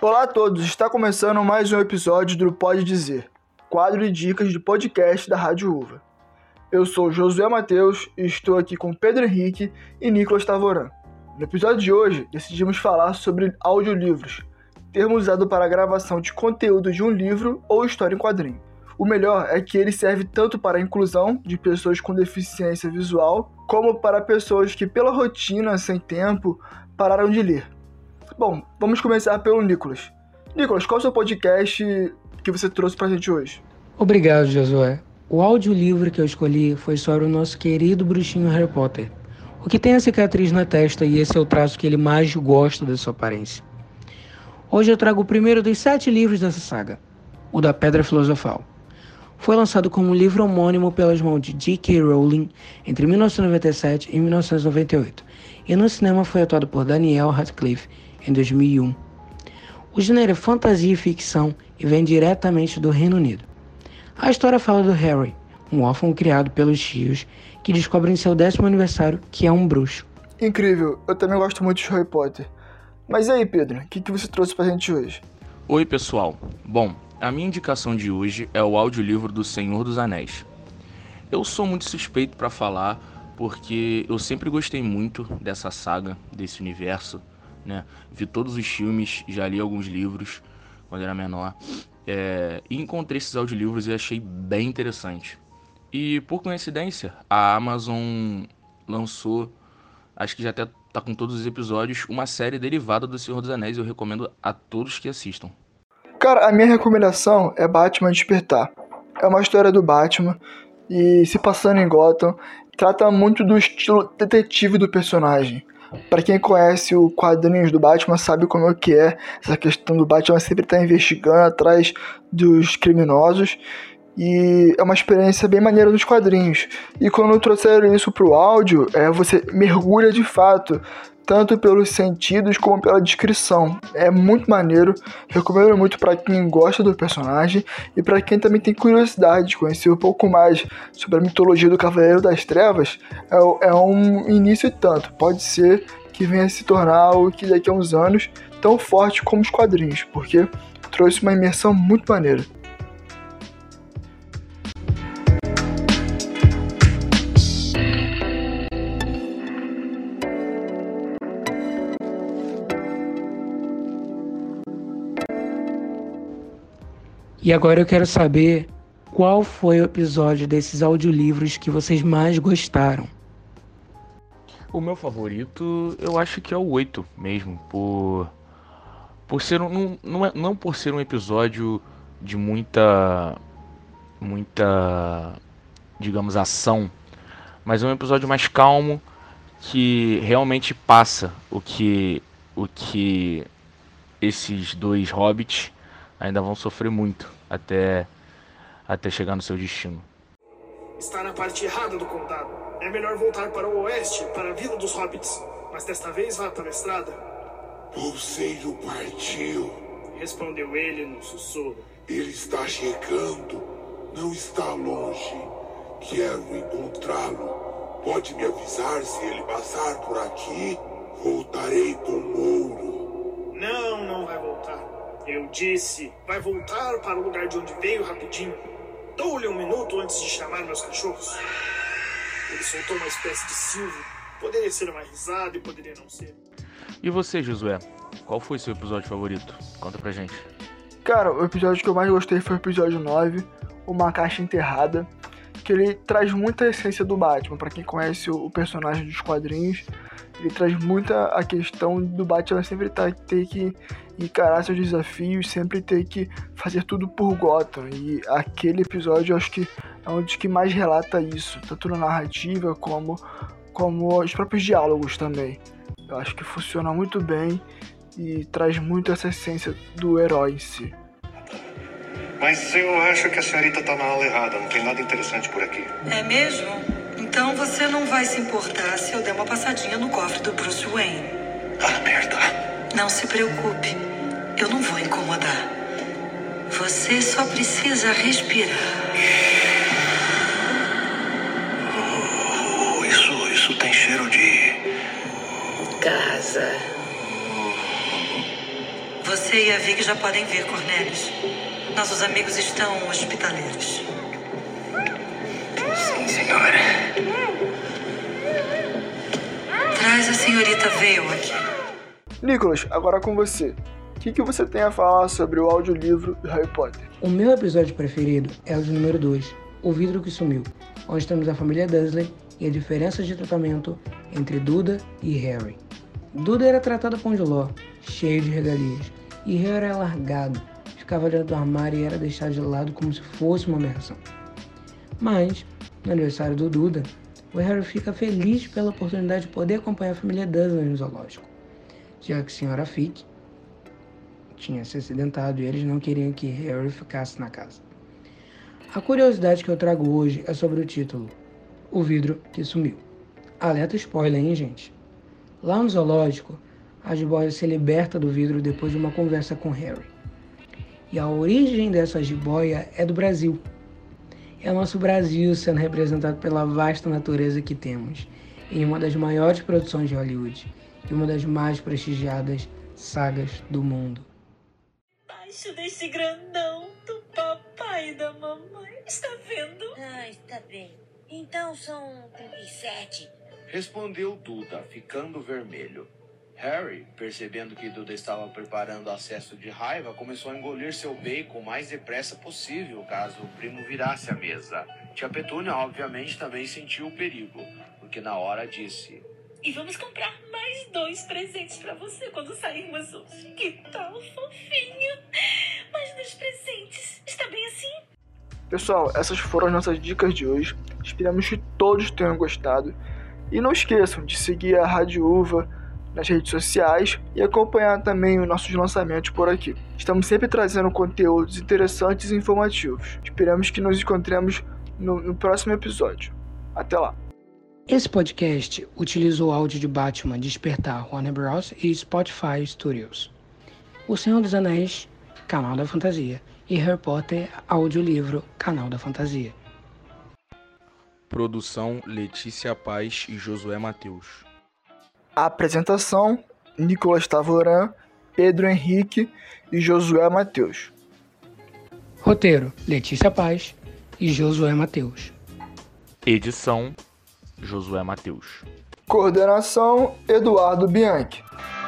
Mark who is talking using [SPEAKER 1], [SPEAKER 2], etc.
[SPEAKER 1] Olá a todos, está começando mais um episódio do Pode Dizer, quadro de dicas de podcast da Rádio Uva. Eu sou Josué Matheus e estou aqui com Pedro Henrique e Nicolas Tavoran. No episódio de hoje, decidimos falar sobre audiolivros, termo usado para a gravação de conteúdo de um livro ou história em quadrinho. O melhor é que ele serve tanto para a inclusão de pessoas com deficiência visual, como para pessoas que, pela rotina, sem tempo, pararam de ler. Bom, vamos começar pelo Nicolas. Nicolas, qual é o seu podcast que você trouxe pra gente hoje?
[SPEAKER 2] Obrigado, Josué. O audiolivro que eu escolhi foi sobre o nosso querido bruxinho Harry Potter, o que tem a cicatriz na testa e esse é o traço que ele mais gosta da sua aparência. Hoje eu trago o primeiro dos 7 livros dessa saga, o da Pedra Filosofal. Foi lançado como livro homônimo pelas mãos de J.K. Rowling entre 1997 e 1998, e no cinema foi atuado por Daniel Radcliffe em 2001. O gênero é fantasia e ficção e vem diretamente do Reino Unido. A história fala do Harry, um órfão criado pelos tios, que descobre em seu 10º aniversário que é um bruxo.
[SPEAKER 1] Incrível, eu também gosto muito de Harry Potter. Mas e aí, Pedro, o que você trouxe pra gente hoje?
[SPEAKER 3] Oi, pessoal. Bom, a minha indicação de hoje é o audiolivro do Senhor dos Anéis. Eu sou muito suspeito para falar porque eu sempre gostei muito dessa saga, desse universo, né? Vi todos os filmes, já li alguns livros quando era menor, e encontrei esses audiolivros e achei bem interessante. E por coincidência, a Amazon lançou, acho que já até tá com todos os episódios, uma série derivada do Senhor dos Anéis. Eu recomendo a todos que assistam.
[SPEAKER 1] Cara, a minha recomendação é Batman Despertar. É uma história do Batman e se passando em Gotham, trata muito do estilo detetive do personagem. Para quem conhece o quadrinhos do Batman sabe como é que é essa questão do Batman sempre estar investigando atrás dos criminosos e é uma experiência bem maneira dos quadrinhos. E quando trouxeram isso pro áudio, você mergulha de fato, tanto pelos sentidos como pela descrição. É muito maneiro, recomendo muito para quem gosta do personagem e para quem também tem curiosidade de conhecer um pouco mais sobre a mitologia do Cavaleiro das Trevas. É um início e tanto, pode ser que venha a se tornar algo que daqui a uns anos tão forte como os quadrinhos, porque trouxe uma imersão muito maneira.
[SPEAKER 2] E agora eu quero saber qual foi o episódio desses audiolivros que vocês mais gostaram.
[SPEAKER 3] O meu favorito, eu acho que é o 8 mesmo, por ser não por ser um episódio de muita, digamos, ação, mas é um episódio mais calmo que realmente passa o que esses 2 hobbits ainda vão sofrer muito até chegar no seu destino.
[SPEAKER 4] Está na parte errada do condado. É melhor voltar para o oeste, para a Vila dos Hobbits. Mas desta vez vá pela estrada.
[SPEAKER 5] Bolseiro partiu.
[SPEAKER 4] Respondeu ele num sussurro.
[SPEAKER 5] Ele está chegando. Não está longe. Quero encontrá-lo. Pode me avisar se ele passar por aqui? Voltarei com ouro.
[SPEAKER 4] Não vai voltar. Eu disse, vai voltar para o lugar de onde veio rapidinho. Dou-lhe 1 minuto antes de chamar meus cachorros. Ele soltou uma espécie de silvo. Poderia ser uma risada e poderia não ser.
[SPEAKER 3] E você, Josué? Qual foi seu episódio favorito? Conta pra gente.
[SPEAKER 1] Cara, o episódio que eu mais gostei foi o episódio 9, Uma Caixa Enterrada, que ele traz muita essência do Batman. Pra quem conhece o personagem dos quadrinhos, ele traz muita a questão do Batman sempre ter que encarar seus desafios, sempre ter que fazer tudo por Gotham. E aquele episódio eu acho que é um dos que mais relata isso, tanto na narrativa como os próprios diálogos também. Eu acho que funciona muito bem e traz muito essa essência do herói em si.
[SPEAKER 6] Mas eu acho que a senhorita tá na aula errada, não tem nada interessante por aqui.
[SPEAKER 7] É mesmo? Então você não vai se importar se eu der uma passadinha no cofre do Bruce Wayne.
[SPEAKER 6] Ah, merda.
[SPEAKER 7] Não se preocupe, eu não vou incomodar. Você só precisa respirar.
[SPEAKER 6] Isso tem cheiro de...
[SPEAKER 7] Casa. Você e a Vic já podem vir, Cornelius. Nossos amigos estão hospitaleiros.
[SPEAKER 8] Sim, senhora.
[SPEAKER 7] Traz a senhorita Vale aqui.
[SPEAKER 1] Nicholas, agora com você. O que você tem a falar sobre o audiolivro do Harry Potter?
[SPEAKER 2] O meu episódio preferido é o de número 2, O Vidro que Sumiu, onde temos a família Dursley e a diferença de tratamento entre Duda e Harry. Duda era tratada com Ló, cheio de regalias, e Harry era largado, ficava dentro do armário e era deixado de lado como se fosse uma aberração. Mas, no aniversário do Duda, o Harry fica feliz pela oportunidade de poder acompanhar a família Dursley no zoológico, já que a senhora Fick tinha se acidentado e eles não queriam que Harry ficasse na casa. A curiosidade que eu trago hoje é sobre o título, O Vidro que Sumiu. Alerta spoiler, hein, gente? Lá no zoológico, a jiboia se liberta do vidro depois de uma conversa com Harry. E a origem dessa jiboia é do Brasil. É o nosso Brasil sendo representado pela vasta natureza que temos, em uma das maiores produções de Hollywood e uma das mais prestigiadas sagas do mundo.
[SPEAKER 9] Baixo deste grandão do papai e da mamãe. Está vendo?
[SPEAKER 10] Ah, está bem. Então são 37.
[SPEAKER 11] Respondeu Duda, ficando vermelho. Harry, percebendo que Duda estava preparando acesso de raiva, começou a engolir seu bacon o mais depressa possível, caso o primo virasse a mesa. Tia Petúnia, obviamente, também sentiu o perigo, porque na hora disse...
[SPEAKER 9] E vamos comprar mais 2 presentes pra você quando sairmos hoje. Que tal, fofinho? Mais 2 presentes. Está bem assim?
[SPEAKER 1] Pessoal, essas foram as nossas dicas de hoje. Esperamos que todos tenham gostado. E não esqueçam de seguir a Rádio Uva nas redes sociais e acompanhar também os nossos lançamentos por aqui. Estamos sempre trazendo conteúdos interessantes e informativos. Esperamos que nos encontremos no próximo episódio. Até lá!
[SPEAKER 2] Esse podcast utiliza o áudio de Batman Despertar Warner Bros. E Spotify Studios. O Senhor dos Anéis, Canal da Fantasia. E Harry Potter, audiolivro, Canal da Fantasia.
[SPEAKER 3] Produção Letícia Paz e Josué Matheus.
[SPEAKER 1] Apresentação: Nicolas Tavoran, Pedro Henrique e Josué Matheus.
[SPEAKER 2] Roteiro: Letícia Paz e Josué Matheus.
[SPEAKER 3] Edição: Josué Matheus.
[SPEAKER 1] Coordenação: Eduardo Bianchi.